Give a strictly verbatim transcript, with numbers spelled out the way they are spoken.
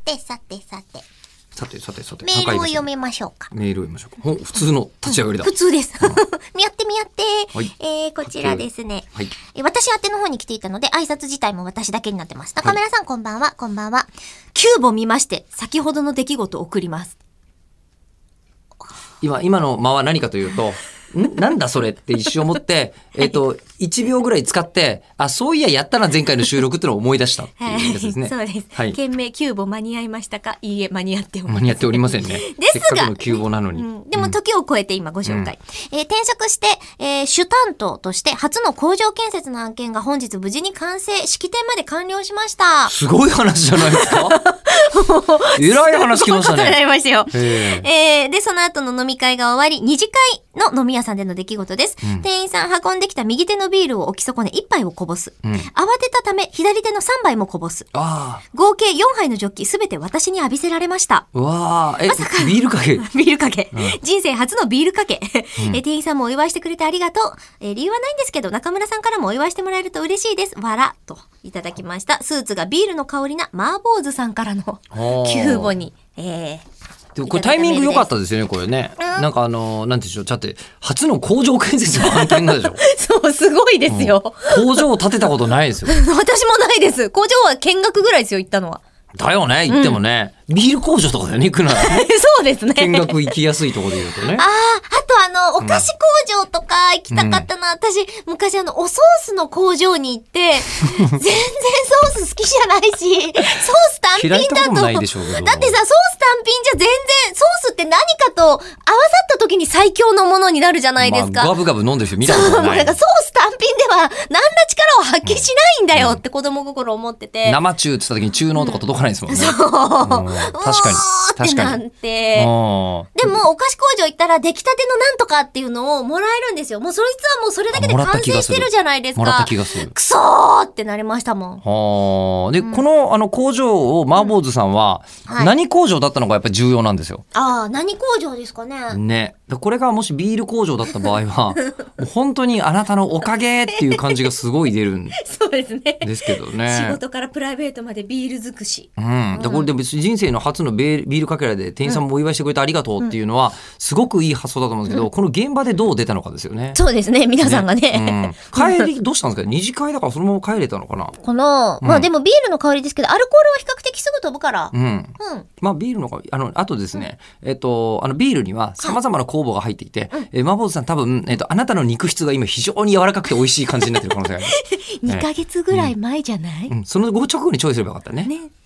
てさてさて。 さてさてさて。 メールを読めましょうか。 メールを読みましょうか。お、普通の立ち上がりだ。 うん、普通です。見合って見合って。 はい、 えー、こちらですね。 はい、 え私宛ての方に来ていたので、挨拶自体も私だけになってます。中村さん、はい、こんばんは、こんばんは。キューブを見まして、先ほどの出来事を送ります。 今、今の間は何かというと、んなんだそれって一瞬思って、えっと、いちびょうぐらい使って、あ、そういや、やったな、前回の収録ってのを思い出したっていうやつですね。 はい、そうです。はい。懸命、キューボ間に合いましたか？いいえ、間に合っておりません。 間に合っておりませんね。 ですが、せっかくのキューボなのに。 うん、でも、時を超えて今ご紹介。うん、えー、転職して、えー、主担当として、初の工場建設の案件が本日無事に完成、式典まで完了しました。 すごい話じゃないですか？えらい話来ましたね。 そうなりましたよ。 えー、で、その後の飲み会が終わり、二次会の飲み屋さんでの出来事です。うん、店員さん運んできた右手のビールを置き損ねいっぱいをこぼす。うん、慌てたため左手のさんばいもこぼす。 あ合計よんはいのジョッキすべて私に浴びせられました。 うわー、え、 まさかビールかけビールかけ、うん、人生初のビールかけ、うん、え店員さんもお祝いしてくれてありがとう。え理由はないんですけど中村さんからもお祝いしてもらえると嬉しいです。わらといただきました。スーツがビールの香りなマーボーズさんからのキューボに、えーでもこれタイミング良かったですよね、これね。うん、なんかあのー、なんていうんでしょう、だって初の工場建設の案件なんでしょ。 そう、すごいですよ、 うん。工場を建てたことないですよ。 私もないです。工場は見学ぐらいですよ、行ったのは。 だよね、行ってもね。うん、ビール工場とかだよね、行くなら。 そうですね。 見学行きやすいところで言うとね。 ああ、あとあの、お菓子工場とか行きたかったな。うん、私、昔あの、おソースの工場に行って、全然ソース好きじゃないし、ソース単品だと。 嫌いともないでしょうけど。 だってさ、ソース単品じゃ全然、ソースって何かと合わさった時に最強のものになるじゃないですか。 まあ、ガブガブ飲んでる人見たことない。 そう、なんかソース単品では何ら力を発揮しないんだよって子供心思ってて。 うん、生中って言った時に中濃とか届かないですもんね。 そう。 確かに。 確かに。なんて。でも、お菓子工場行ったら出来たてのなんとかっていうのをもらえるんですよ。もうそいつはもうそれだけで完成してるじゃないですか。 もらった気がする。 くそーってなりましたもん。 はで、うん、このあの工場をマーボーズさんは何工場だったのがやっぱり重要なんですよ。 ああ、何工場ですかね。 ね。これがもしビール工場だった場合は、もう本当にあなたのおかげっていう感じがすごい出るんそうですね。 ですけどね。 仕事からプライベートまでビール尽くし。 うん。でこれで別に人生の初のビールかけらで店員さんもお祝いしてくれてありがとうっていうのはすごくいい発想だと思うんですけど、うん、この現場でどう出たのかですよね。 そうですね。皆さんがね。 ねうん、帰りどうしたんですか？二次会だからそのまま帰れたのかな。 この、うん、まあでもビールの香りですけどアルコールは比較的すぐ飛ぶから。 うん。うん、まあビールの香りあのあとですね、うん、えっとあのビールにはさまざまな酵母が入っていて、はい、えマーボーズさん多分えっとあなたの肉質が今非常に柔らかくて美味しい感じになってる可能性があります。 にかげつぐらい前じゃない？ うん、その後直後にチョイスすればよかったね。 ね。